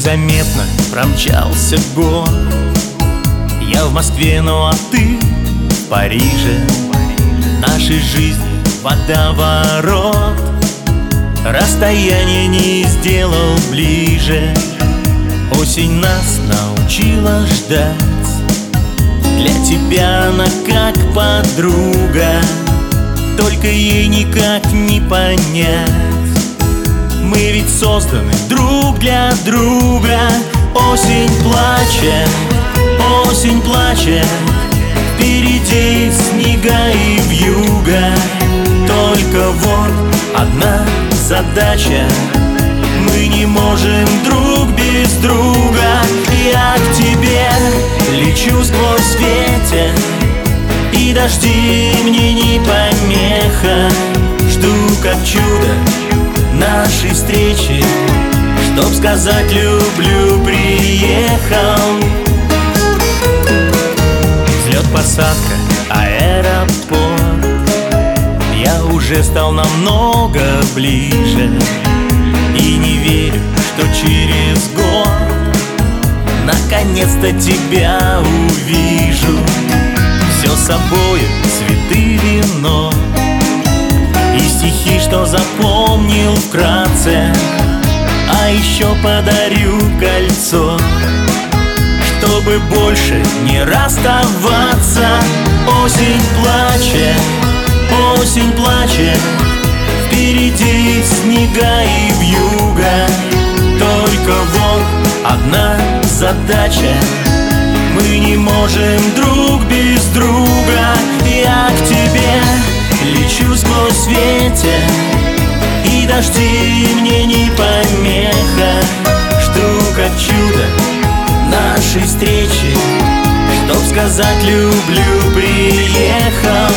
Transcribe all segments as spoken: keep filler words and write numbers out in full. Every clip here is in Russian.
Незаметно промчался год. Я в Москве, ну а ты в Париже. Нашей жизни водоворот расстояние не сделал ближе. Осень нас научила ждать. Для тебя она как подруга, только ей никак не понять. Мы ведь созданы друг для друга. Осень плачет, осень плачет, впереди снега и вьюга. Только вот одна задача: мы не можем друг без друга. Я к тебе лечу сквозь ветер, и дожди мне не помеха. Жду как чудо нашей встречи, чтоб сказать люблю, приехал. Взлет, посадка, аэропорт. Я уже стал намного ближе и не верю, что через год наконец-то тебя увижу. Все с собой, цветы, вино и стихи, что запомнил вкратце. А еще подарю кольцо, чтобы больше не расставаться. Осень плачет, осень плачет, впереди снега и вьюга. Только вот одна задача: мы не можем друг без друга. Я к тебе лечу сквозь ветер, и дожди мне не помеха. Жду как чудо нашей встречи, чтоб сказать люблю, приехал.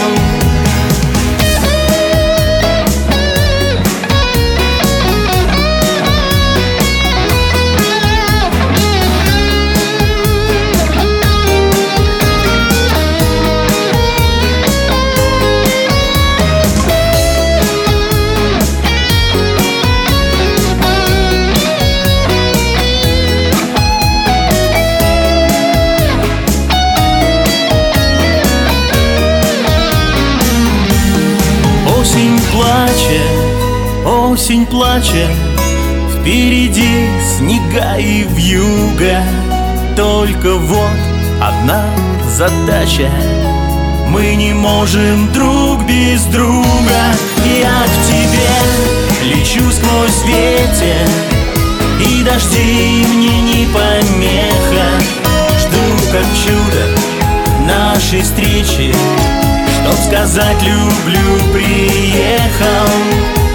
Осень плачет, осень плачет, впереди снега и вьюга. Только вот одна задача: мы не можем друг без друга. Я к тебе лечу сквозь ветер, и дожди мне не помеха. Жду как чудо нашей встречи, чтоб сказать люблю, приехал.